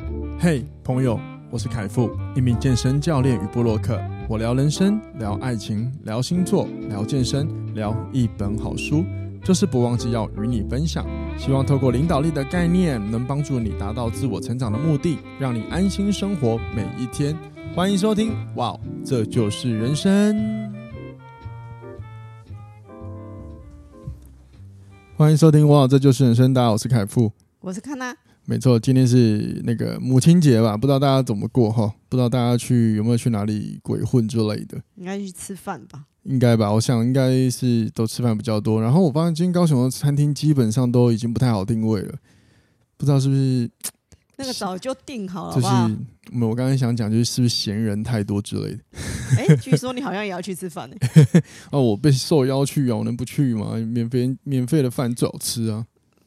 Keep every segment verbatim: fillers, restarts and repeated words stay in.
嘿、hey, 朋友，我是凯富，一名健身教练与部落客。我聊人生，聊爱情，聊星座，聊健身，聊一本好书，就是不忘记要与你分享。希望透过领导力的概念，能帮助你达到自我成长的目的，让你安心生活每一天。欢迎收听，哇，这就是人生。欢迎收听，哇，这就是人生。大家好，我是凯富， 我是康娜。 没错，今天是那个母亲节吧？不知道大家怎么过哈？不知道大家去有没有去哪里鬼混之类的？ 应该去吃饭吧？ 应该吧，我想应该是都吃饭比较多。然后我发现今天高雄的餐厅基本上都已经不太好定位了，不知道是不是那个早就定好了好不好？ 就是我刚才想讲，就是是不是嫌人太多之类的。 哎，据说你好像也要去吃饭呢、 欸。哦，我被受邀去啊，我能不去吗？免费免费的饭最好吃啊。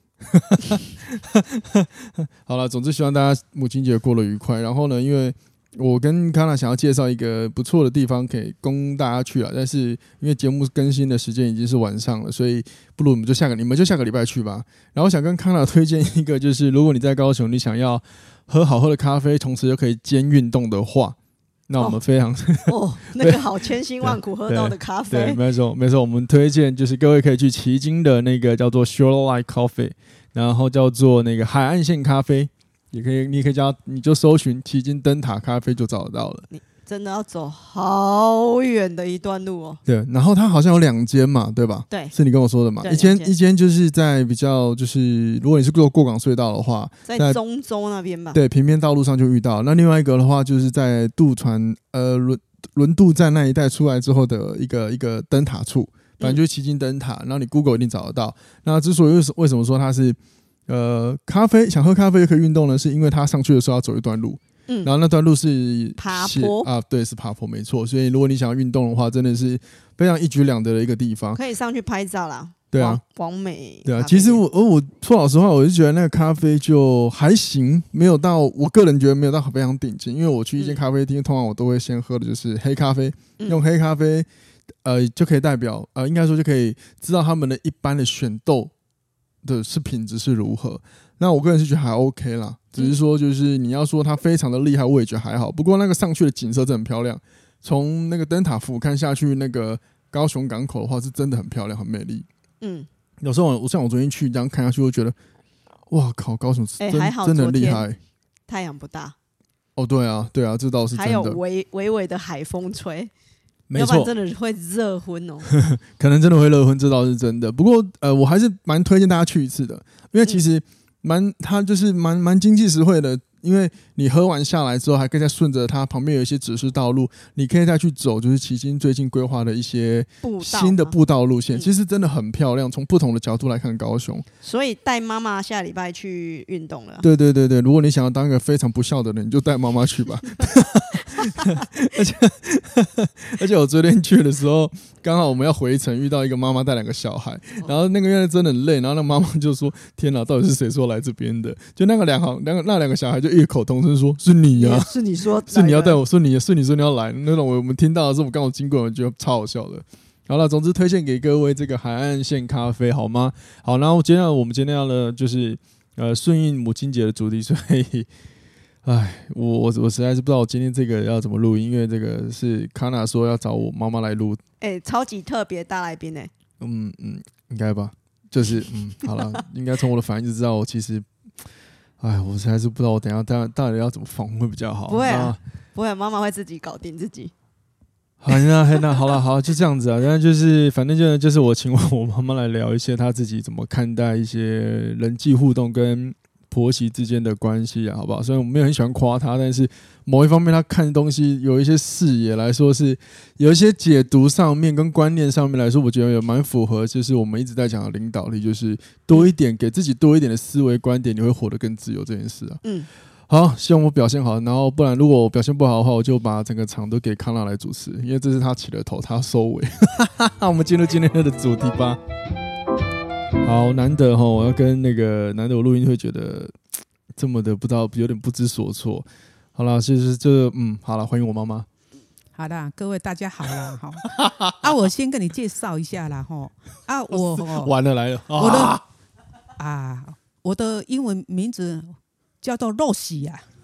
好了，总之希望大家母亲节过得愉快。然后呢，因为我跟康娜想要介绍一个不错的地方可以供大家去了，但是因为节目更新的时间已经是晚上了，所以不如我们就下个你们就下个礼拜去吧。然后想跟康娜推荐一个，就是如果你在高雄，你想要喝好喝的咖啡，同时又可以兼运动的话，那我们非常哦, 哦，那个好千辛万苦喝到的咖啡， 对，没错没错，我们推荐就是各位可以去旗津的那个叫做 Shoreline Coffee， 然后叫做那个海岸线咖啡，也可以，你可以叫你就搜寻旗津灯塔咖啡就找得到了。 你真的要走好远的一段路哦。 对，然后它好像有两间嘛，对吧？ 对， 是你跟我说的嘛。一间一间就是在比较就是如果你是坐过港隧道的话， 在中州那边吧。 对，平面道路上就遇到。那另外一个的话，就是在渡船呃轮轮渡站那一带出来之后的一个一个灯塔处，反正就是旗津灯塔。然后你 Google 一定找得到。那之所以为什么说它是呃咖啡想喝咖啡就可以运动呢？是因为它上去的时候要走一段路。嗯、然后那段路是爬坡啊，对，是爬坡，没错。所以如果你想要运动的话，真的是非常一举两得的一个地方， 可以上去拍照啦。 对啊， 网美。 对啊，其实我我说老实话，我就觉得那个咖啡就还行，没有到我个人觉得没有到非常顶级。因为我去一间咖啡厅，嗯、通常我都会先喝的就是黑咖啡，嗯、用黑咖啡呃就可以代表呃应该说就可以知道他们的一般的选豆的是品质是如何。那我个人是觉得还 OK 啦，只是说就是你要说它非常的厉害，我也觉得还好。不过那个上去的景色真的很漂亮，从那个灯塔俯瞰下去，那个高雄港口的话是真的很漂亮，很美丽。嗯，有时候我像我昨天去这样看下去，我觉得哇靠，高雄真、欸、 还好真的厉害， 太阳不大。 哦，对啊，对啊，这倒是真的。 还有微微微的海风吹。 没错， 要不然真的会热昏哦。 可能真的会热昏，这倒是真的。不过呃，我还是蛮推荐大家去一次的，因为其实蛮它就是蛮蛮经济实惠的。因为你喝完下来之后，还可以再顺着它旁边有一些指示道路，你可以再去走，就是旗津最近规划的一些新的步道路线，其实真的很漂亮。从不同的角度来看高雄， 所以带妈妈下礼拜去运动了。 对对对对，如果你想要当一个非常不孝的人，你就带妈妈去吧。而且而且我昨天去的时候，刚好我们要回程，遇到一个妈妈带两个小孩，然后那个月真的很累，然后那妈妈就说：“天哪，到底是谁说来这边的？”就那个两行，那个那两个小孩就异口同声说：“是你呀、啊， 是你说， 是你要带我，是你，是你说你要来。”那种我们听到的时候，我刚好经过，我觉得超好笑的。好了，总之推荐给各位这个海岸线咖啡，好吗？好，然后接下来我们今天要的就是呃顺应母亲节的主题，所以。唉，我我我实在是不知道我今天这个要怎么录音，因为这个是康娜说要找我妈妈来录， 哎、欸，超级特别大来宾哎， 嗯嗯，应该吧，就是嗯，好了，应该从我的反应就知道我其实，唉，我实在是不知道我等一下到到底要怎么访问会比较好， 不会啊，不会，妈妈会自己搞定自己。 好，那那好了，好，就这样子啊，然后就是反正就就是我请我妈妈来聊一些她自己怎么看待一些人际互动跟婆媳之间的关系啊，好不好？虽然我没有很喜欢夸他，但是某一方面他看东西有一些视野来说是有一些解读上面跟观念上面来说，我觉得也蛮符合，就是我们一直在讲的领导力，就是多一点给自己多一点的思维观点，你会活得更自由这件事啊。嗯，好，希望我表现好，然后不然如果我表现不好的话，我就把整个场都给康娜来主持，因为这是他起了头，他收尾。我们进入今天的主题吧。好难得齁，我要跟那个难得我录音会觉得这么的不知道，有点不知所措。好啦，其实这嗯，好了，欢迎我妈妈。 好啦，各位大家好啦，哈啊，我先跟你介绍一下啦，哈啊，我完了来了， 我的啊，我的英文名字叫做 Rosie 啊。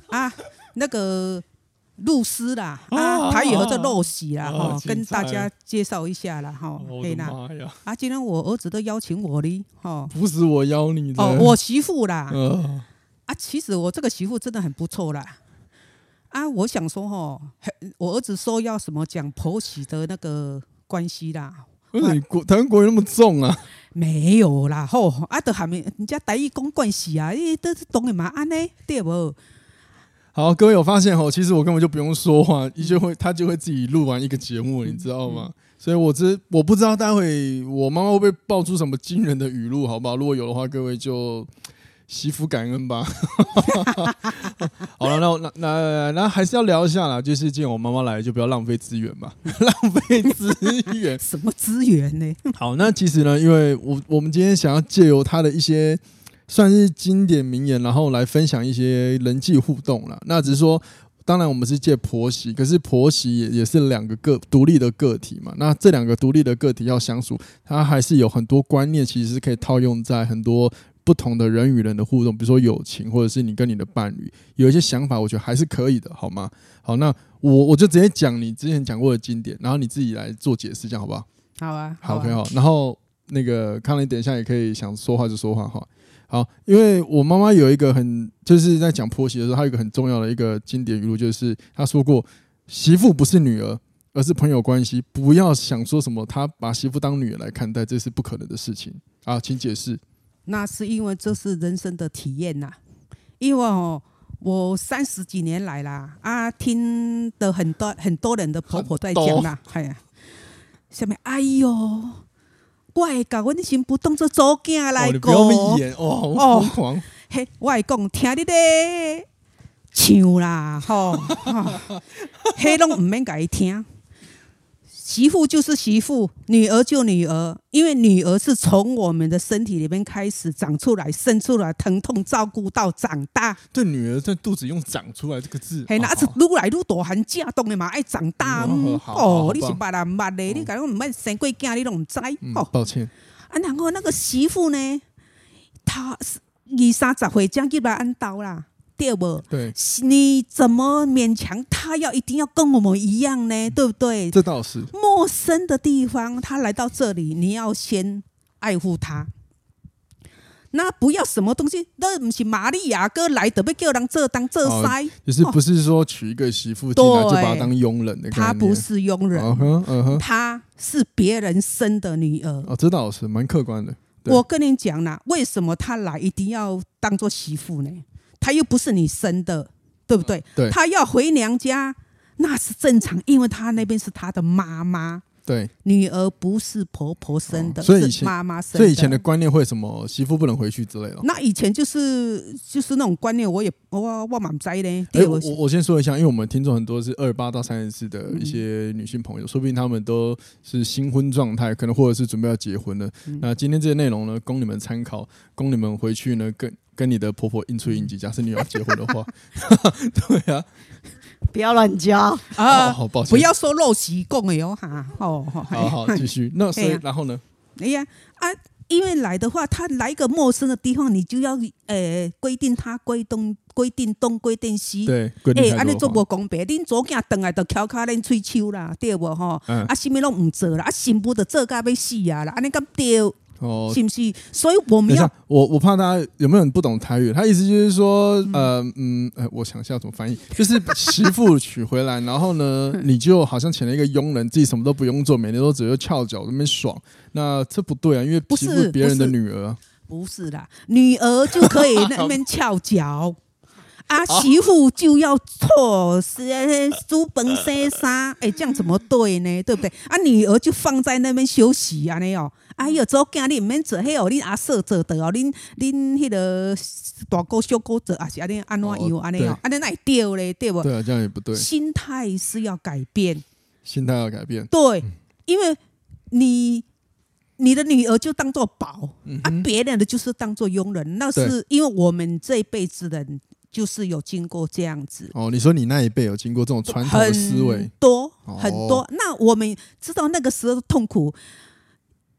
啊，那个露丝啦，啊，台语或者露喜啦，哈、哦，跟大家介绍一下啦，哈、哦， 我的妈呀！ 啊，今天我儿子都邀请我哩，哈、哦， 不是我邀你的， 哦，我媳妇啦， 呃、 啊，其实我这个媳妇真的很不错啦。啊，我想说哈，我儿子说要什么讲婆媳的那个关系啦。 为什么你国台湾国语那么重啊？ 没有啦，吼，啊，都还没人家台语讲关系啊，你都懂的嘛，安尼对不？ 好，各位有发现吼，其实我根本就不用说话，就会他就会自己录完一个节目，你知道吗？嗯、所以我知我不知道待会我妈妈会不会爆出什么惊人的语录，好不好？如果有的话，各位就。媳妇感恩吧。好了，那那那那还是要聊一下啦。就是既然我妈妈来，就不要浪费资源嘛，浪费资源。 什么资源呢？ 好，那其实呢，因为我我们今天想要借由她的一些算是经典名言，然后来分享一些人际互动啦。那只是说，当然我们是借婆媳，可是婆媳也也是两个个独立的个体嘛。那这两个独立的个体要相处，它还是有很多观念，其实是可以套用在很多。不同的人与人的互动，比如说友情，或者是你跟你的伴侣有一些想法，我觉得还是可以的，好吗？好，那我我就直接讲你之前讲过的经典，然后你自己来做解释，这样好不好？ 好啊， 好 ，OK， 好。然后那个康，你等一下也可以想说话就说话哈。好，因为我妈妈有一个很就是在讲婆媳的时候，她有一个很重要的一个经典语录，就是她说过：“媳妇不是女儿，而是朋友关系。不要想说什么她把媳妇当女儿来看待，这是不可能的事情。”啊，请解释。 那是因为这是人生的体验呐、啊，因为哦，我三十几年来啦，啊，听的很多很多人的婆婆在讲啦，哎呀，下面哎呦，我会把阮媳妇当作祖囝来过， 哦，哦，好疯狂， 嘿，我会讲听你咧唱啦，吼，嘿，拢唔免甲伊听。媳妇就是媳妇，女儿就女儿，因为女儿是从我们的身体里面开始长出来、生出来，疼痛照顾到长大。 对，女儿在肚子用"长出来"这个字， 嘿，那是愈来愈大汉，嫁当的嘛爱长大。 嗯、 哦，你是捌人捌的，你讲唔捌生过囝，你都唔知。 嗯、抱歉。 啊，然后那个媳妇呢，她二三十岁将入来安刀啦。对不？ 对， 你怎么勉强他要一定要跟我们一样呢？对不对？ 这倒是。 陌生的地方，他来到这里，你要先爱护他。那不要什么东西，那不是玛利亚哥来的，要叫人这当这塞、哦， 就是不是说娶一个媳妇进来就把她当佣人的概念。 她不是佣人， uh-huh, uh-huh 她是别人生的女儿。 哦，这倒是蛮客观的。 我跟你讲啦，为什么她来一定要当做媳妇呢？她又不是你生的，对不对？ 对， 她要回娘家，那是正常，因为她那边是她的妈妈。 对， 女儿不是婆婆生的， 哦、所以以前是妈妈生的。 所以以前的观念会什么媳妇不能回去之类的。 那以前就是就是那种观念，我也我我蛮知呢。 欸、我我先说一下，因为我们听众很多是二十八到三十四的一些女性朋友，嗯、说不定他们都是新婚状态，可能或者是准备要结婚了。嗯、那今天这些内容呢，供你们参考，供你们回去呢跟跟你的婆婆应出应急。假设你要结婚的话，对啊。 不要乱教啊！ 哦、好抱歉， 不要说陋习讲的哟哈。哦， 好好继续。那所以、啊、然后呢？ 哎呀啊！因为来的话，他来一个陌生的地方，你就要呃规定他规定规定东规定西。 对，规定太多。 哎，安尼做无公平。恁左囝回来就翘脚恁喙手啦，对无吼？嗯、啊，什么拢唔做啦，啊，新妇就做甲要死啊啦，安尼敢对？哦，是不是？所以我们要我我怕大家有没有人不懂台语？他意思就是说，呃嗯呃，我想一下怎么翻译，就是媳妇娶回来，然后呢，你就好像请了一个佣人，自己什么都不用做，每天都只有翘脚在那边爽。那这不对啊，因为媳妇是别人的女儿、啊不，不是啦，女儿就可以那边翘脚。啊，媳妇就要错煮饭洗衫，哎，这样怎么对呢？对不对？啊，女儿就放在那边休息啊，那哦。哎呦，做囝你唔免做，迄哦，恁阿嫂做得哦，恁恁迄个大姑小姑做，也是安尼安怎样安尼哦，安尼哪会对咧？对不？ 对啊，这样也不对。 心态是要改变， 心态要改变。 对，嗯、因为你你的女儿就当做宝、嗯、啊，别人的就是当做佣人，那是因为我们这一辈子的人就是有经过这样子。 哦，你说你那一辈有经过这种传统的思维， 很多很多、哦。那我们知道那个时候的痛苦。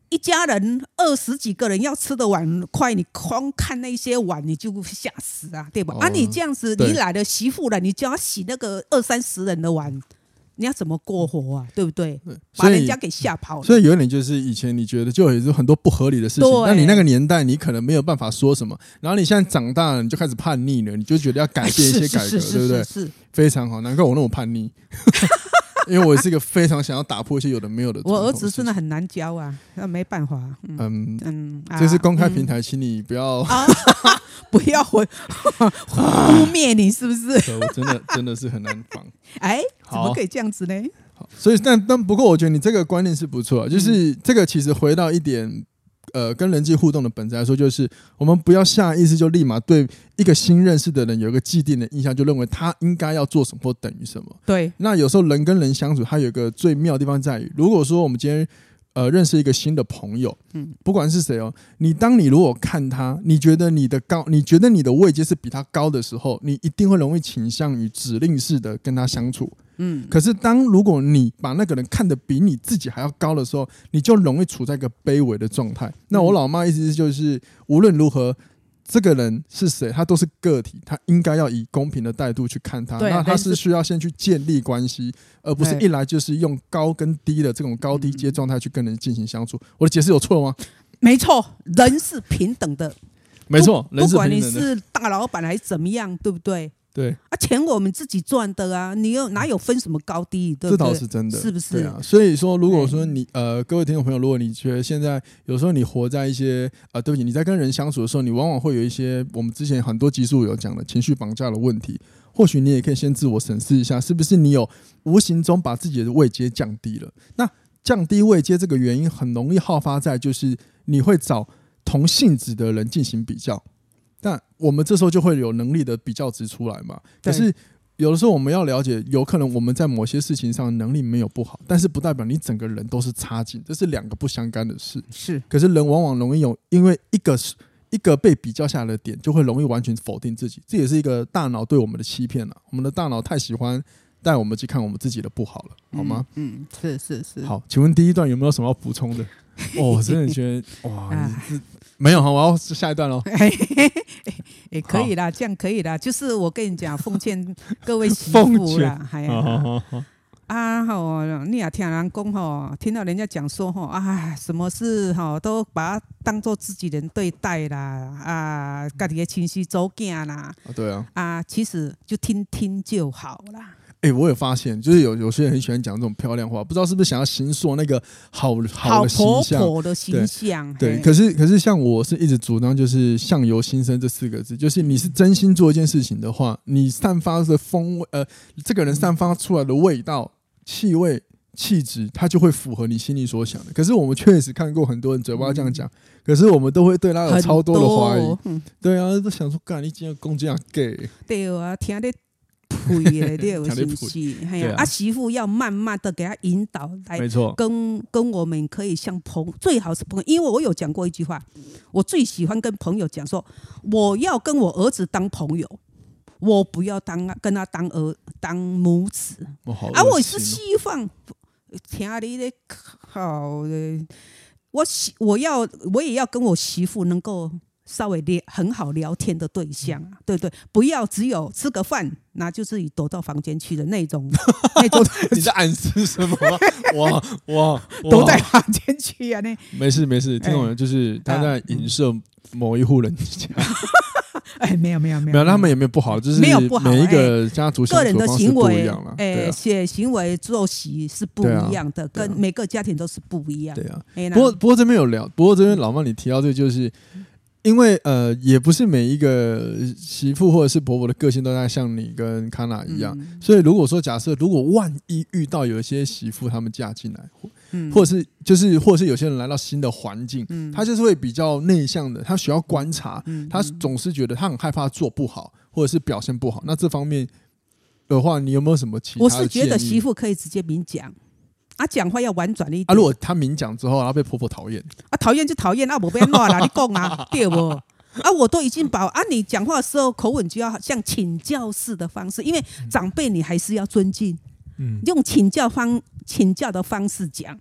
一家人二十几个人要吃的碗筷，你光看那些碗你就吓死啊，对吧？哦、啊，你这样子，你来了媳妇了，你就要洗那个二三十人的碗，你要怎么过活啊？对不对？把人家给吓跑了。 所以有点就是以前你觉得就有很多不合理的事情，但你那个年代你可能没有办法说什么，然后你现在长大了，你就开始叛逆了，你就觉得要改变一些改革，对不对？是非常好，难怪我那么叛逆。因为我是一个非常想要打破一些有的没有的。 我儿子真的很难教啊，那没办法。嗯嗯, 嗯啊、这是公开平台，嗯、请你不要、啊、 不要回污蔑你，是不是？ 我真的真的是很难防。 哎，怎么可以这样子呢？ 好，所以但但不过，我觉得你这个观念是不错，就是这个其实回到一点。呃，跟人际互动的本质来说，就是我们不要下意识就立马对一个新认识的人有一个既定的印象，就认为他应该要做什么或等于什么。 对。那有时候人跟人相处，它有一个最妙的地方在于，如果说我们今天呃认识一个新的朋友，嗯，不管是谁哦，你当你如果看他，你觉得你的高，你觉得你的位阶是比他高的时候，你一定会容易倾向于指令式的跟他相处。嗯，可是当如果你把那个人看得比你自己还要高的时候，你就容易处在一个卑微的状态。那我老妈意思就是，无论如何，这个人是谁，他都是个体，他应该要以公平的态度去看他。那他是需要先去建立关系，而不是一来就是用高跟低的这种高低阶状态去跟人进行相处。我的解释有错吗？ 没错，人是平等的。 没错， 人是平等的，不管你是大老板还是怎么样，对不对？ 对啊，钱我们自己赚的啊，你有哪有分什么高低？对不对？ 这倒是真的， 是不是？ 啊，所以说，如果说你呃，各位听众朋友，如果你觉得现在有时候你活在一些呃，对不起，你在跟人相处的时候，你往往会有一些我们之前很多集数有讲的情绪绑架的问题，或许你也可以先自我审视一下，是不是你有无形中把自己的位阶降低了？那降低位阶这个原因很容易好发在就是你会找同性质的人进行比较。但我们这时候就会有能力的比较值出来嘛。可是有的时候我们要了解，有可能我们在某些事情上能力没有不好，但是不代表你整个人都是差劲，这是两个不相干的事。 是， 可是人往往容易有因为一个一个被比较下来的点，就会容易完全否定自己，这也是一个大脑对我们的欺骗了。我们的大脑太喜欢带我们去看我们自己的不好了，好吗？ 嗯，嗯是是是。 好，请问第一段有没有什么要补充的？哦，我真的觉得哇，你没有哈，我要下一段喽。 也可以啦，这样可以啦。就是我跟你讲，奉劝各位媳妇啦，哎呀，啊吼，你也听人讲吼，听到人家讲说吼，啊，什么事吼都把它当做自己人对待啦，啊，家己的亲戚走囝啦， 啊，对啊， 啊，其实就听听就好啦。 哎、欸，我也发现，就是有有些人很喜欢讲这种漂亮话，不知道是不是想要形塑那个好好的形象， 好婆婆的形象。 对，对可是可是像我是一直主张，就是相由心生这四个字，就是你是真心做一件事情的话，你散发的风味，呃，这个人散发出来的味道、气味、气质，它就会符合你心里所想的。可是我们确实看过很多人嘴巴这样讲，嗯、可是我们都会对他有超多的怀疑。嗯、对啊，都想说，干你今天公这样 gay。 对啊，听得。呸的，对，是不是？哎呀，啊，媳妇要慢慢的给他引导来， 没错， 跟跟我们可以像朋友，最好是朋友。因为我有讲过一句话，我最喜欢跟朋友讲说，我要跟我儿子当朋友，我不要当跟他当儿当母子。 我好、哦， 啊，我是希望听你的好的，我我要我也要跟我媳妇能够。稍微很好聊天的对象啊，对不对？不要只有吃个饭，那就自己躲到房间去的那种。那种你在暗示什么？哇哇， 躲在房间去啊？那没事没事，听懂了，就是他在影射某一户人家。 哎，没有没有没有， 没有，他们也没有不好，就是每一个家族相处方式不一样了。 哎，些行为作息是不一样的，跟每个家庭都是不一样。 对啊，不过不过这边有聊，不过这边老妈你提到这个就是。因为呃，也不是每一个媳妇或者是婆婆的个性都在像你跟康娜一样，嗯、所以如果说假设如果万一遇到有一些媳妇她们嫁进来，嗯、或者是就是或者是有些人来到新的环境，嗯、他就是会比较内向的，他需要观察，嗯、他总是觉得他很害怕做不好或者是表现不好。那这方面的话，你有没有什么其他的建议？ 我是觉得媳妇可以直接明讲。啊，讲话要婉转一点。 啊，如果他明讲之后，然后被婆婆讨厌， 啊，讨厌就讨厌，啊，我不要乱啦，你讲啊，对不？啊，我都已经把啊，你讲话的时候口吻就要像请教式的方式，因为长辈你还是要尊敬，嗯，用请教方请教的方式讲，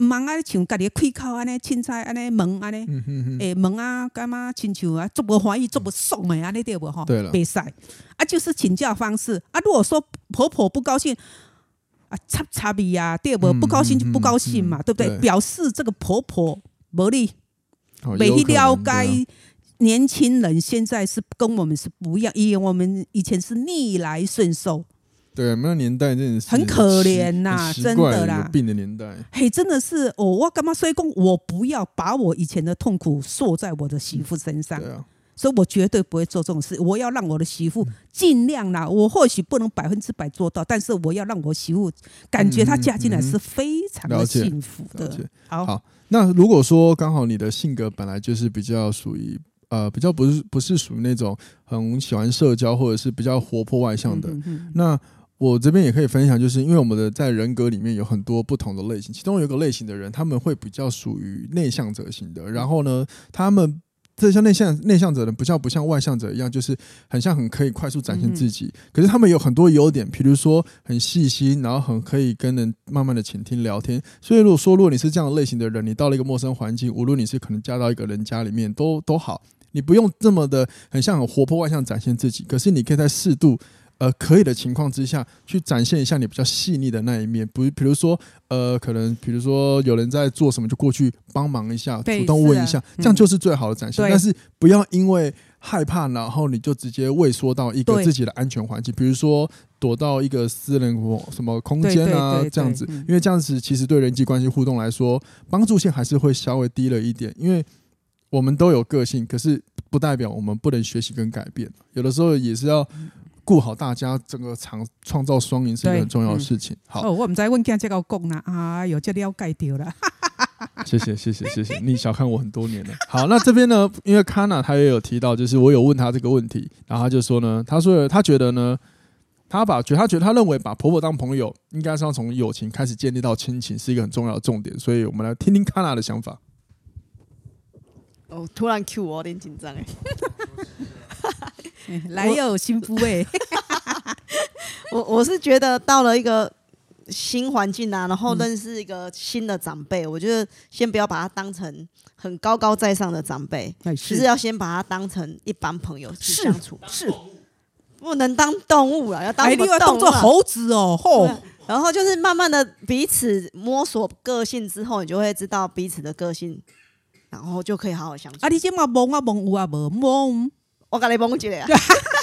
忙啊，像家己开口安尼，凊彩安尼问安尼， 嗯哼哼诶问啊，干嘛亲像啊，足无欢喜，足无爽的安尼对无吼？ 对了， 袂使啊，就是请教方式啊。如果说婆婆不高兴。啊，插插伊啊，对不？不高兴就不高兴嘛， 嗯嗯嗯、 对不对？ 对表示这个婆婆无力， 哦没去了解、 啊、 年轻人现在是跟我们是不一样，因为我们以前是逆来顺受。 对，那个年代真的是很可怜呐、啊，真的啦， 有病的年代。 嘿，真的是哦，我干嘛？所以讲，我不要把我以前的痛苦塑在我的媳妇身上。 对啊。 所以我绝对不会做这种事，我要让我的媳妇尽量啦。我或许不能百分之百做到，但是我要让我媳妇感觉她嫁进来是非常的幸福的。 嗯、 好， 好，那如果说刚好你的性格本来就是比较属于呃比较不是不是属于那种很喜欢社交或者是比较活泼外向的，嗯、哼哼那我这边也可以分享，就是因为我们的在人格里面有很多不同的类型，其中有一个类型的人，他们会比较属于内向者型的，然后呢，他们。这像内向内向者的不像不像外向者一样，就是很像很可以快速展现自己。嗯、可是他们有很多优点，比如说很细心，然后很可以跟人慢慢的倾听聊天。所以如果说如果你是这样的类型的人，你到了一个陌生环境，无论你是可能嫁到一个人家里面，都都好，你不用这么的很像很活泼外向展现自己，可是你可以在适度。呃，可以的情况之下去展现一下你比较细腻的那一面，不，比如说，呃，可能比如说有人在做什么，就过去帮忙一下，主动问一下，啊嗯、这样就是最好的展现。但是不要因为害怕，然后你就直接畏缩到一个自己的安全环境，比如说躲到一个私人什么空间啊，这样子，因为这样子其实对人际关系互动来说，帮助性还是会稍微低了一点，因为我们都有个性，可是不代表我们不能学习跟改变，有的时候也是要。顾好大家整个场创造双赢是一个很重要的事情。嗯、好， 哦，我唔知问囝这个讲啦，啊，有这了解掉了。 谢谢谢谢谢谢，你小看我很多年了。好，那这边呢，因为 Kana 他也有提到，就是我有问他这个问题，然后他就说呢，他说他觉得呢，他把觉他觉得他认为把婆婆当朋友，应该是要从友情开始建立到亲情，是一个很重要的重点。所以我们来听听 Kana 的想法。 哦，突然 Q 我有点紧张哎。 来有新妇哎， 我我是觉得到了一个新环境啊，然后认识一个新的长辈，嗯、我觉得先不要把他当成很高高在上的长辈，是就是要先把他当成一般朋友去相处， 是, 是不能当动物啊，要当什么动物、啊？ 当做猴子哦，吼。 然后就是慢慢的彼此摸索个性之后，你就会知道彼此的个性，然后就可以好好相处。 啊，你这嘛摸啊摸有啊无摸？ 我跟你蒙一下啊！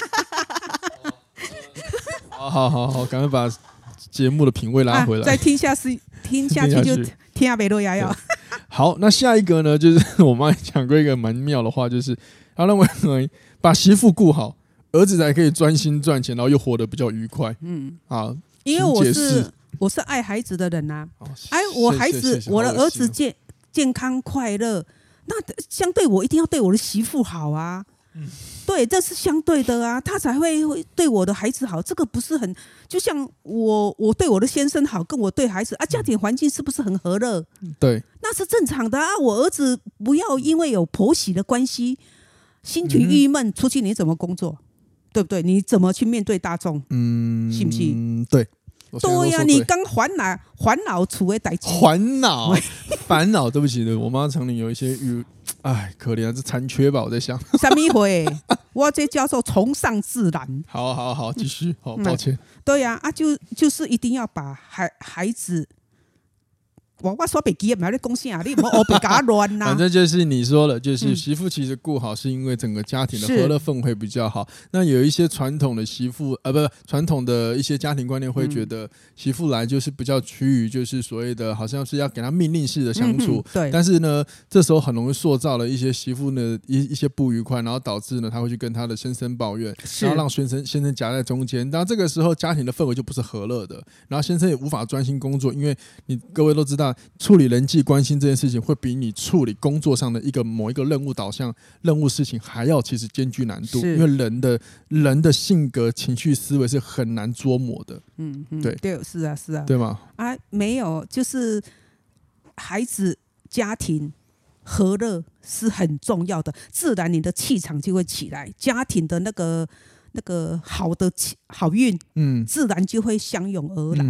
好好好好，赶快把节目的品味拉回来。 啊、再听下去，听下去就听下没落牙药。 好，那下一个呢，就是我妈讲过一个蛮妙的话，就是她认为把媳妇顾好，儿子才可以专心赚钱，然后又活得比较愉快。嗯，啊， 因为我是我是爱孩子的人呐、啊。哎，我孩子，谢谢我的儿子健健康快乐，那相对我一定要对我的媳妇好啊。嗯，对，这是相对的啊，他才会对我的孩子好。这个不是很，就像我我对我的先生好，跟我对孩子啊，家庭环境是不是很和乐？ 对， 那是正常的啊。我儿子不要因为有婆媳的关系，心情郁闷，嗯、出去你怎么工作？对不对？你怎么去面对大众？嗯，是不是？ 对。 对呀、啊，你刚烦恼烦恼处的代志， 烦恼烦恼，对不起的，我妈常年有一些语，哎，可怜啊，这残缺吧？我在想， 什么回？我这叫做崇尚自然。 好好好，继续。好，抱歉。嗯、 对呀、啊，啊，就就是一定要把孩孩子。我我说别记，唔係你講啥，你唔好別搞亂啦。 反正就是你說了，就是媳婦其實顧好，是因為整個家庭的和樂氛圍比較好。那有一些傳統的媳婦，呃，不，傳統的一些家庭觀念會覺得媳婦來就是比較趨於就是所謂的，好像是要給他命令式的相處。嗯、對。但是呢，這時候很容易塑造了一些媳婦呢一一些不愉快，然後導致呢他會去跟他的先生抱怨，然後讓先生先生夾在中間。然後這個時候家庭的氛圍就不是和樂的，然後先生也無法專心工作，因為你各位都知道。處理人際關係這件事情會比你處理工作上的一個某一個任務導向任務事情還要其實兼具難度，因為人的人的性格情緒思維是很難捉摸的。嗯，嗯對對，是啊是啊， 對嗎？ 啊，沒有，就是孩子家庭和樂是很重要的，自然你的氣場就會起來，家庭的那個那個好的好運，嗯，自然就會相擁而來。嗯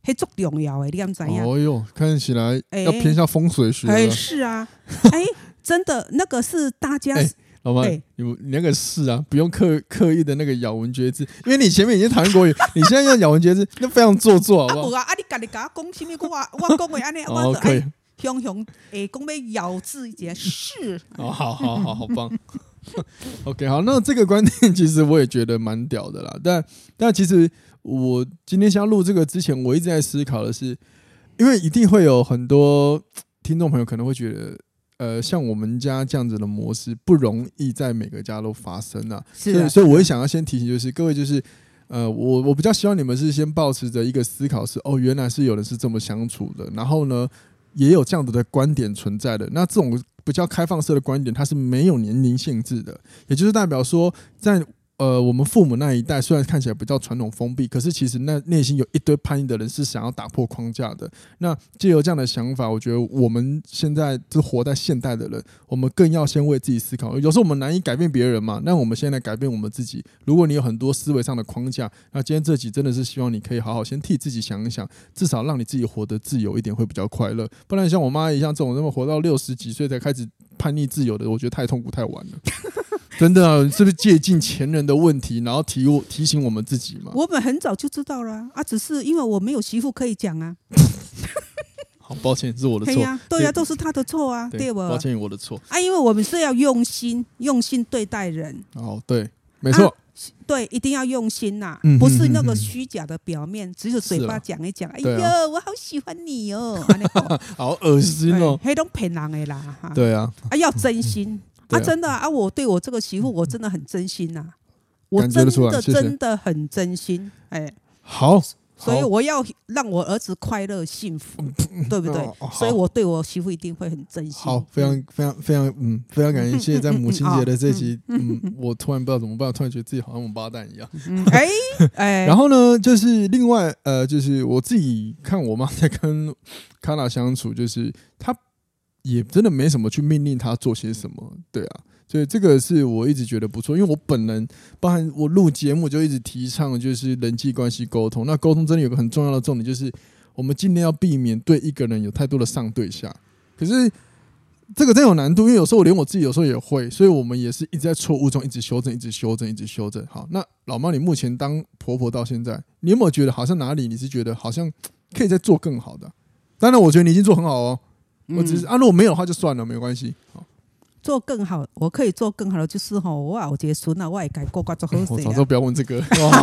迄足重要的，你敢知影？ 哦哟，看起来要偏向风水学了。 哎，是啊，哎，真的那个是大家。欸老板，你你那个是啊，不用刻刻意的那个咬文嚼字，因为你前面已经谈国语，你现在要咬文嚼字，那非常做作，好不好？ 啊，啊，你家己甲我讲什么话，我讲话安尼，我可以雄雄诶，讲要咬字一节是。 哦，好好好好棒。OK， 好，那这个观点其实我也觉得蛮屌的啦，但但其实我今天想录这个之前，我一直在思考的是，因为一定会有很多听众朋友可能会觉得。呃，像我们家这样子的模式不容易在每个家都发生啊， 是啊， 所以所以我也想要先提醒，就是各位，就是呃，我我比较希望你们是先抱持着一个思考是，哦，原来是有人是这么相处的，然后呢，也有这样子的观点存在的。那这种比较开放式的观点，它是没有年龄限制的，也就是代表说，在呃，我们父母那一代虽然看起来比较传统封闭，可是其实那内心有一堆叛逆的人是想要打破框架的。那藉由这样的想法，我觉得我们现在是活在现代的人，我们更要先为自己思考。有时候我们难以改变别人嘛，那我们现在改变我们自己。如果你有很多思维上的框架，那今天这集真的是希望你可以好好先替自己想一想，至少让你自己活得自由一点会比较快乐。不然像我妈一样这种那么活到六十几岁才开始叛逆自由的，我觉得太痛苦太晚了。真的、啊，是不是借鉴前人的问题，然后提我提醒我们自己嘛？ 我们很早就知道了 啊, 啊，只是因为我没有媳妇可以讲啊。 好，抱歉，是我的错。 对呀、啊，对呀、啊，都是他的错啊， 对, 对吧？ 抱歉，我的错啊，因为我们是要用心，用心对待人。 哦，对，没错、啊， 对，一定要用心呐、啊嗯， 不是那个虚假的表面，只有嘴巴讲一讲。哎呦、啊，我好喜欢你哦， 好恶心哦， 黑都骗人的啦。 对啊， 啊，要真心。啊，真的 啊, 啊！我对我这个媳妇，我真的很真心呐、啊，我真的真的很真心，哎， 好， 所以我要让我儿子快乐幸福，对不对、哦？所以我对我媳妇一定会很真心。 好，非常非常非常嗯，非常感谢在母亲节的这集，嗯，我突然不知道怎么办，突然觉得自己好像王八蛋一样。 哎哎， 然后呢，就是另外呃，就是我自己看我妈在跟卡娜相处，就是她。也真的没什么去命令他做些什么，对啊，所以这个是我一直觉得不错，因为我本人包含我录节目就一直提倡就是人际关系沟通，那沟通真的有个很重要的重点，就是我们尽量要避免对一个人有太多的上对下，可是这个真有难度，因为有时候连我自己有时候也会，所以我们也是一直在错误中一直修正，一直修正，一直修正。好，那老妈，你目前当婆婆到现在，你有没有觉得好像哪里你是觉得好像可以再做更好的？当然，我觉得你已经做很好哦。我只是啊，如果没有的话就算了，没关系。 做更好，我可以做更好的，就是吼，我有一个孙啊，我也该过过做好事、啊。 我早都不要问这个。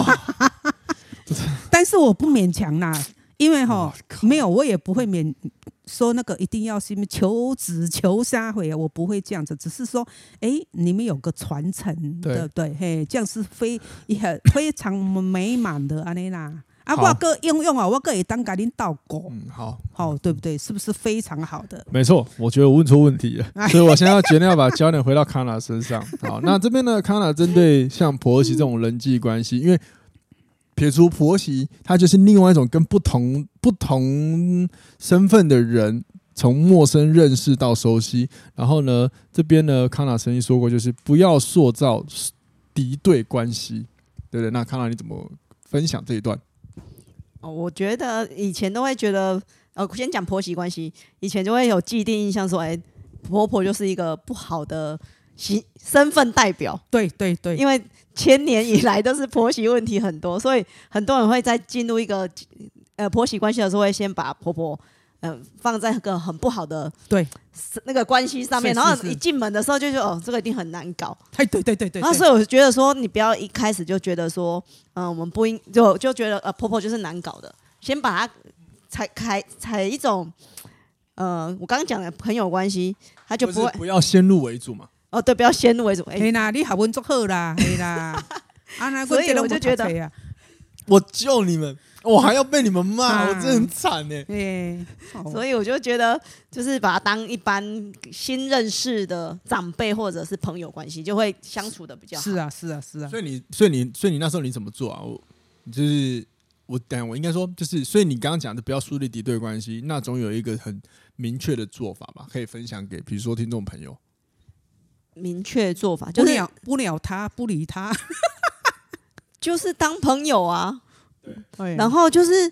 但是我不勉强啦，因为吼没有，我也不会勉说那个一定要什么求子求啥回，我不会这样子，只是说，哎、欸，你们有个传承，对不对？嘿，这样是非非常美满的安尼啦。啊，我个应用啊，我个也当给您倒过， 嗯，好， 好，对不对？是不是非常好的？ 没错，我觉得我问错问题了，所以我现在要决定要把焦点回到康娜身上。好，那这边呢，康娜针对像婆媳这种人际关系，因为撇除婆媳，它就是另外一种跟不同不同身份的人从陌生认识到熟悉。然后呢，这边呢，康娜曾经说过，就是不要塑造敌对关系，对不对？那康娜你怎么分享这一段？ 哦，我觉得以前都会觉得，呃，先讲婆媳关系，以前就会有既定印象说，哎、欸，婆婆就是一个不好的身份代表。 对对对， 因为千年以来都是婆媳问题很多，所以很多人会在进入一个呃婆媳关系的时候，会先把婆婆呃放在一个很不好的对那个关系上面， 是是是， 然后一进门的时候就觉得哦，这个一定很难搞。 哎，对对对对。 然后所以我觉得说，你不要一开始就觉得说，嗯、呃，我们不应就就觉得呃婆婆就是难搞的，先把它采开采一种呃我刚刚讲的朋友关系，他就不会不要先入为主嘛。 哦，对，不要先入为主。哎、 欸，啦，你好文做好啦，嘿啦。啊， 所以我就觉得， 我救你们。我还要被你们骂、啊，我真的很惨哎、 欸。 所以我就觉得，就是把它当一般新认识的长辈或者是朋友关系，就会相处的比较好。 是啊，是啊，是啊。 所以你，所以你，所以你那时候你怎么做啊？我就是我，等我应该说，就是所以你刚刚讲的不要树立敌对关系，那总有一个很明确的做法吧，可以分享给比如说听众朋友。 明确做法就是不鸟不鸟他，不理他， 就是当朋友啊。对，然后就是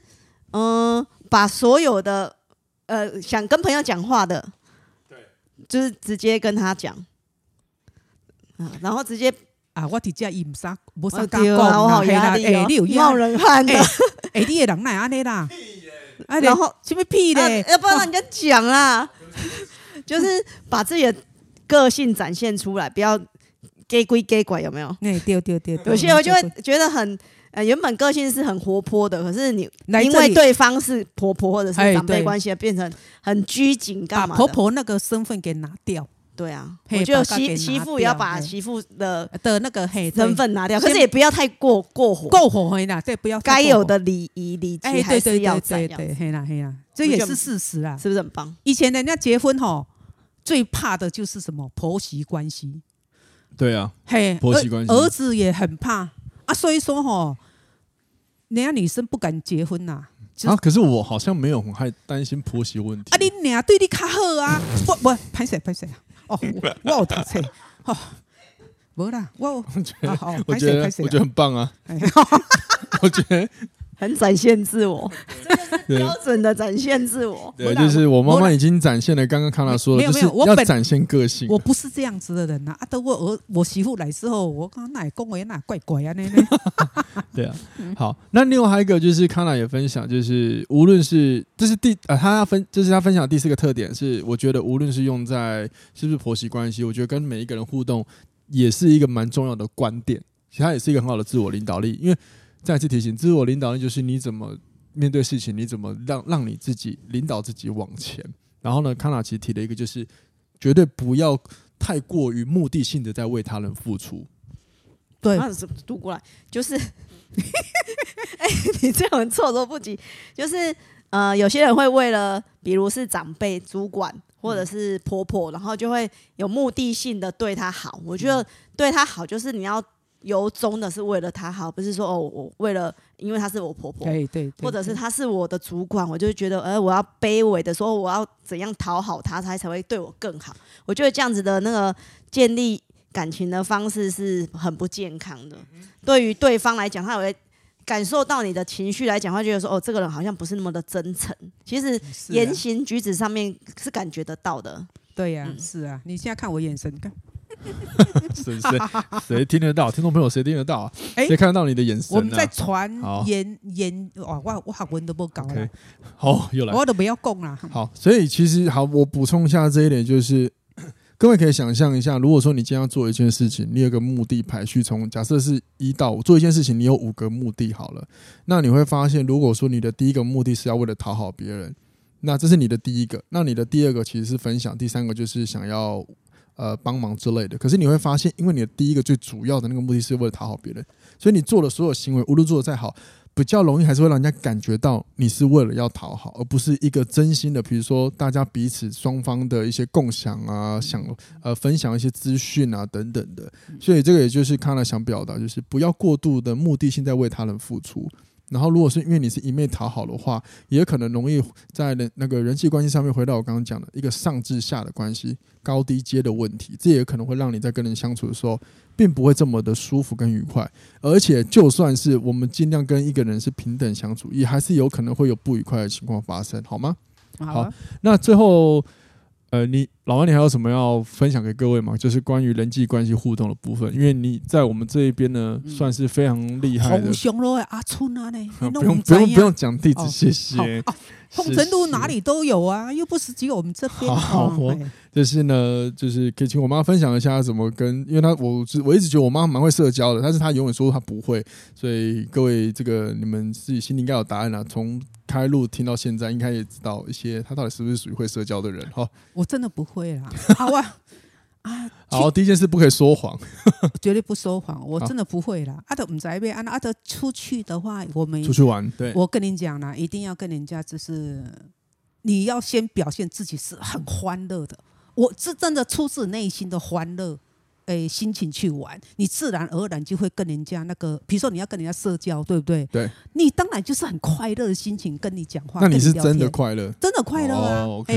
嗯、呃，把所有的呃想跟朋友讲话的，对，就是直接跟他讲，啊，然后直接啊，我伫遮伊毋啥无啥啊敢讲对啊我好啦，嘿啦， 压力哦哎，你有冒冷汗的， 哎，你的人哪会安尼啦？啊， 然后什么屁嘞？ 啊要不然人家讲啦，就是把自己的个性展现出来，不要给归给拐，有没有？ 哎，对对对， 有些人就会觉得很呃，原本个性是很活泼的，可是你因为来这里对方是婆婆或者是哎长辈对关系，变成很拘谨， 把干嘛的？ 婆婆那个身份给拿掉对啊， 嘿我觉得把它给拿媳媳妇也要掉嘿把媳妇的的那个嘿身份拿掉，可先是也不要太过过火， 够火嘿啦，对，不要太该过火有的礼仪礼哎， 节还对对是要对对在这样子， 对，嘿啦嘿啦，这也是事实啦。 是不是很棒？ 以前人家结婚吼，最怕的就是什么婆媳关系， 对啊， 嘿， 婆媳关系儿儿子也很怕啊，所以说吼，人家女生不敢结婚呐。 啊，可是我好像没有很害担心婆媳问题啊，你娘对你较好啊，我我歹势歹势啊，哦，我我有读册，哦，无啦，我有啊哦， 我歹势歹势觉得我觉得很棒啊， 哎我觉得很展现自我，标准的展现自我。 对，就是我妈妈已经展现了刚刚康娜说的， 没有就没有我本是要展现个性。 我不是这样子的人呐、啊，啊，等我儿我媳妇来之后，我刚那也讲话那怪怪啊，那那对啊，好，那另外还有一个就是康娜也分享，就是无论是这是第呃，他要分，这是他分享的第四个特点是，我觉得无论是用在是不是婆媳关系，我觉得跟每一个人互动也是一个蛮重要的观点，其实它也是一个很好的自我领导力，因为再次提醒，自我领导力就是你怎么面对事情，你怎么让让你自己领导自己往前。然后呢，康娜其实提了一个，就是绝对不要太过于目的性的在为他人付出。 对， 那怎么读过来？就是，哎、你这样措手不及。就是呃，有些人会为了，比如是长辈、主管或者是婆婆，然后就会有目的性的对他好。我觉得对他好，就是你要由衷的是为了他好，不是说哦，我为了因为他是我婆婆， 对对， 或者是他是我的主管，我就觉得，呃，我要卑微的说，我要怎样讨好他，他才会对我更好。我觉得这样子的那个建立感情的方式是很不健康的。对于对方来讲，他也会感受到你的情绪来讲，会觉得说，哦，这个人好像不是那么的真诚。其实言行举止上面是感觉得到的。 对呀、啊嗯是啊，你现在看我眼神，看， 谁谁谁听得到？听众朋友谁听得到啊？ 哎谁看得到你的眼神、啊？ 我们在传好言言，哇，我我学文都不搞了 OK， 好，又来， 我都不要讲啦。 好，所以其实好，我补充一下这一点，就是各位可以想象一下，如果说你今天要做一件事情，你有个目的排序，从假设是一到五，做一件事情，你有五个目的好了，那你会发现，如果说你的第一个目的是要为了讨好别人，那这是你的第一个，那你的第二个其实是分享，第三个就是想要呃帮忙之类的。可是你会发现，因为你的第一个最主要的那个目的是为了讨好别人，所以你做的所有行为，无论做的再好，比较容易还是会让人家感觉到你是为了要讨好，而不是一个真心的，比如说大家彼此双方的一些共享啊，想呃分享一些资讯啊等等的。所以这个也就是康纳想表达，就是不要过度的目的性在为他人付出。然后，如果是因为你是一昧讨好的话，也可能容易在那个人际关系上面回到我刚刚讲的一个上至下的关系、高低阶的问题，这也可能会让你在跟人相处的时候，并不会这么的舒服跟愉快。而且，就算是我们尽量跟一个人是平等相处，也还是有可能会有不愉快的情况发生，好吗？ 好、啊， 那最后。呃，你老王，你还有什么要分享给各位吗？就是关于人际关系互动的部分，因为你在我们这一边呢，嗯、算是非常厉害的。 红熊路的阿春啊呢， 不用不用不用讲地址，哦、谢谢。 凤城路哪里都有啊，又不是只有我们这边。 好，我就是呢，就是可以请我妈分享一下怎么跟，因为她我我一直觉得我妈蛮会社交的，但是她永远说她不会，所以各位这个你们自己心里应该有答案啦。从开录听到现在，应该也知道一些她到底是不是属于会社交的人哈。 我真的不会啦，好啊。啊， 好，第一件事不可以说谎， 绝对不说谎，我真的不会啦。啊，都唔知呗，啊，啊，都出去的话，我们出去玩，对， 我跟你讲啦，一定要跟人家，就是你要先表现自己是很欢乐的，我是真的出自内心的欢乐，诶、欸，心情去玩，你自然而然就会跟人家那个，比如说你要跟人家社交，对不对？ 对， 你当然就是很快乐的心情跟你讲话。 那你是真的快乐， 真的快乐啊！哎呀、 哦 okay 啊，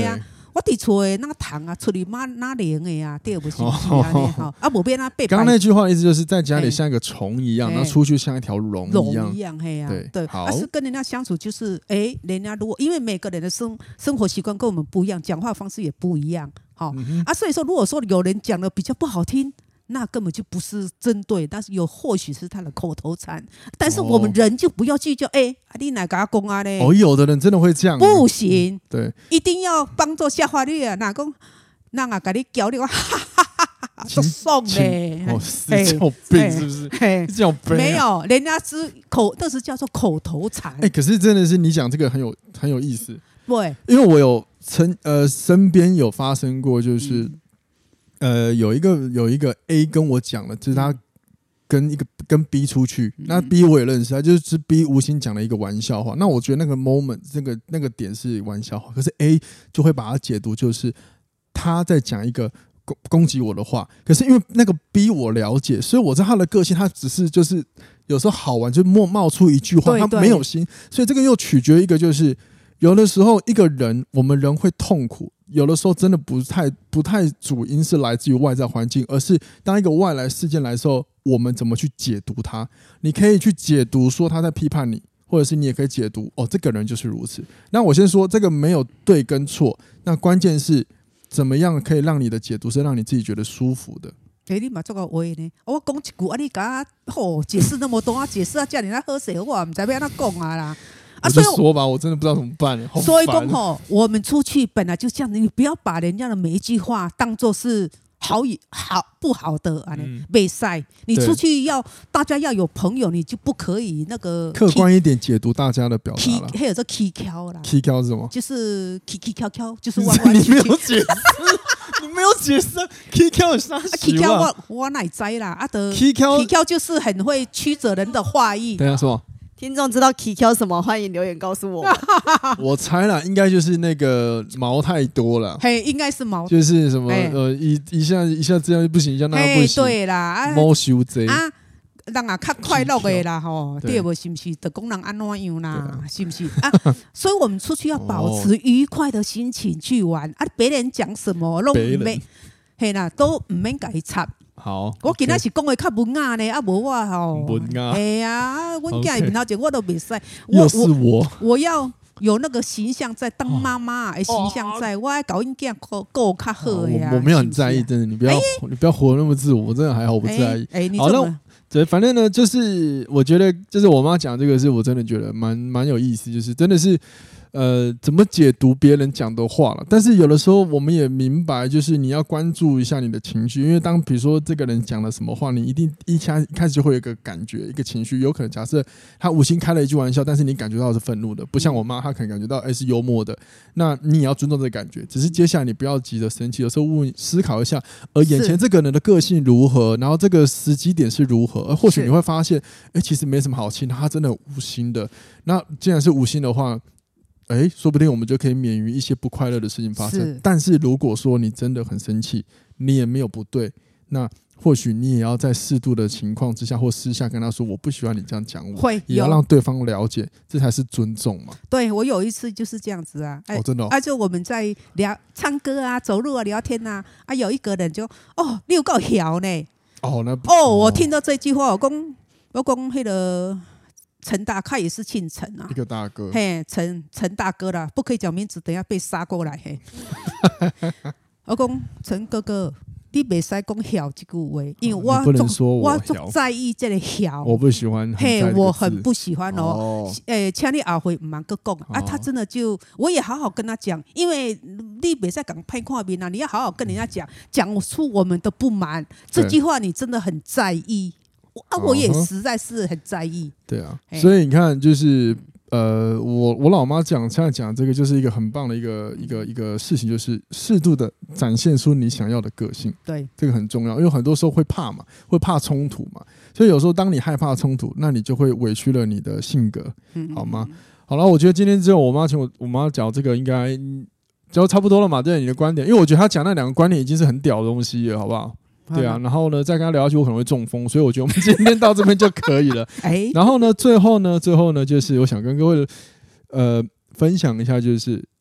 我伫厝诶那糖啊，出去买哪零的啊，对不是？哦、啊，无变啊被。 刚刚那句话的意思就是在家里像一个虫一样，然后出去像一条龙一样。 龙一样，嘿呀、啊， 对对。好，啊是跟人家相处就是，哎、欸，人家如果因为每个人的生生活习惯跟我们不一样，讲话方式也不一样，好、嗯、啊，所以说如果说有人讲的比较不好听。那根本就不是针对，但是有或许是他的口头禅，但是我们人就不要计较。哎、欸，你哪个公啊嘞？ 哦，有的人真的会这样， 不行， 对， 一定要帮助消化率啊！哪公那啊，给你教你，哈哈哈哈哈，都送嘞， 哦，是这种病是不是？这种病、啊、 没有，人家是口，那是叫做口头禅。 哎、欸，可是真的是你讲这个很有很有意思， 对， 因为我有曾呃身边有发生过，就是。嗯呃，有一个有一个 A 跟我讲了，就是他跟一个跟 B 出去，嗯、那 B 我也认识，他就是 B 无心讲了一个玩笑话。那我觉得那个 moment 那个那个点是玩笑话，可是 A 就会把它解读就是他在讲一个攻攻击我的话。可是因为那个 B 我了解，所以我知道他的个性，他只是就是有时候好玩，就冒冒出一句话，他没有心。所以这个又取决一个就是。有的时候，一个人，我们人会痛苦。有的时候，真的不太不太主因是来自于外在环境，而是当一个外来事件来的时候，我们怎么去解读它？你可以去解读说他在批判你，或者是你也可以解读哦，这个人就是如此。那我先说这个没有对跟错，那关键是怎么样可以让你的解读是让你自己觉得舒服的。 欸、你嘛做个话呢？我讲一句啊，你甲我吼解释那么多啊，解释啊，叫你来喝水，我唔知要安怎讲啊啦。 我就说吧，我真的不知道怎么办。 所以讲吼，我们出去本来就这样，你不要把人家的每一句话当作是好与好不好的啊，袂使。你出去要大家要有朋友，你就不可以那个客观一点解读大家的表达了。 还有这 K 敲啦 ，K 敲是什么？ 就是 K K 敲敲，就是弯弯曲曲。 你没有解释，你没有解释 K 敲是啥 ？K 敲我我哪知啦？啊的 K 敲 K 敲就是很会曲折人的话意。 等一下说。 听众知道 K Q 什么？欢迎留言告诉我。 我猜啦，应该就是那个毛太多了。 嘿，应该是毛， 就是什么呃，一一下一下这样不行，一下那样不行。 对啦， 猫修贼啊，人啊较快乐的啦吼，对不？是不是？就讲人安怎样啦？是不是啊？所以我们出去要保持愉快的心情去玩啊！别人讲什么都没，嘿啦，都唔免甲伊插。 好， 我今仔是讲的较文雅呢，啊无我吼， 文雅， 哎呀，阮囝面头前我都袂使， 又是我， 我要有那个形象在，当妈妈的形象在，我要搞阮囝够够较好呀。 我没有很在意，真的，你不要你不要活那么自我，我真的还好，我不在意。 哎，你好那对，反正呢，就是我觉得，就是我妈讲这个是我真的觉得蛮蛮有意思，就是真的是。呃，怎么解读别人讲的话了？但是有的时候我们也明白，就是你要关注一下你的情绪，因为当比如说这个人讲了什么话，你一定一开一开始就会有一个感觉，一个情绪。有可能假设他无心开了一句玩笑，但是你感觉到是愤怒的，不像我妈，她可能感觉到哎、欸、是幽默的。那你也要尊重这个感觉，只是接下来你不要急着生气，有时候问思考一下，而眼前这个人的个性如何，然后这个时机点是如何，而或许你会发现，哎、欸，其实没什么好气，他真的无心的。那既然是无心的话。哎，说不定我们就可以免于一些不快乐的事情发生。是但是如果说你真的很生气，你也没有不对，那或许你也要在适度的情况之下或私下跟他说，我不喜欢你这样讲我，会也要让对方了解，这才是尊重嘛。 对，我有一次就是这样子啊， 哎、哦，真的、哦， 啊，就我们在聊唱歌啊、走路啊、聊天啊，啊，有一个人就哦，你有够调呢， 哦，那哦，我听到这句话，我讲我讲那个。陈大他也是姓陈啊， 一个大哥， 嘿，陈陈大哥啦，不可以讲名字，等一下被杀过来嘿。我讲陈哥哥，你袂使讲晓这句话，因为我、 哦、不能说我我在意这个晓， 我不喜欢， 嘿，我很不喜欢哦。诶、哦，请你后回唔茫个讲啊，他真的就我也好好跟他讲，因为你袂使讲歹看面啊，你要好好跟人家讲，讲出我们的不满。这句话你真的很在意。啊，我也实在是很在意。 对啊，所以你看，就是呃，我我老妈讲，现在讲这个，就是一个很棒的一个一个一个事情，就是适度的展现出你想要的个性。 对， 这个很重要，因为很多时候会怕嘛，会怕冲突嘛，所以有时候当你害怕冲突，那你就会委屈了你的性格，好吗？好了，我觉得今天只有我妈请我我妈讲这个，应该就差不多了嘛。对你的观点，因为我觉得她讲那两个观点已经是很屌的东西了，好不好？对啊，然后呢，再跟他聊下去，我可能会中风，所以我觉得我们今天到这边就可以了。然后呢，最后呢，最后呢，就是我想跟各位呃分享一下，就是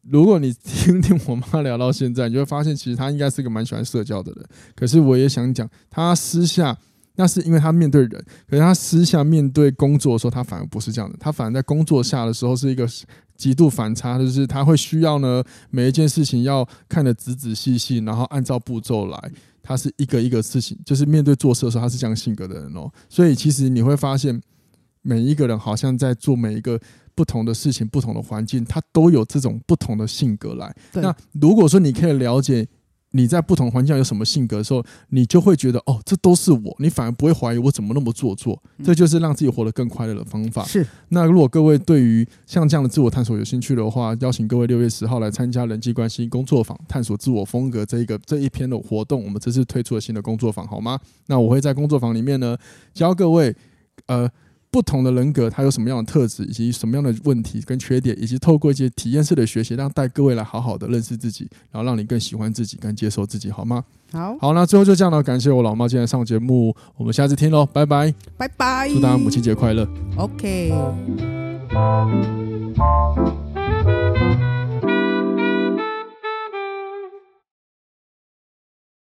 如果你听听我妈聊到现在，你就会发现其实她应该是个蛮喜欢社交的人。可是我也想讲，她私下那是因为她面对人，可是她私下面对工作的时候，她反而不是这样的。她反而在工作下的时候是一个极度反差，就是她会需要呢每一件事情要看得仔仔细细，然后按照步骤来。她是一个一个事情，就是面对做事的时候，她是这样性格的人哦。所以其实你会发现，每一个人好像在做每一个不同的事情、不同的环境，他都有这种不同的性格来。那如果说你可以了解你在不同环境有什么性格的时候，你就会觉得哦，这都是我，你反而不会怀疑我怎么那么做作。这就是让自己活得更快乐的方法。 是。 那如果各位对于像这样的自我探索有兴趣的话，邀请各位六月十号来参加人际关系工作坊，探索自我风格这一个这一篇的活动。我们这次推出了新的工作坊，好吗？那我会在工作坊里面呢，教各位呃。不同的人格它有什么样的特质，以及什么样的问题跟缺点，以及透过一些体验式的学习，让带各位来好好的认识自己，然后让你更喜欢自己，更接受自己，好吗？ 好， 好，那最后就这样了，感谢我老妈今天上节目，我们下次听喽，拜拜， 拜拜， 祝大家母亲节快乐。 OK。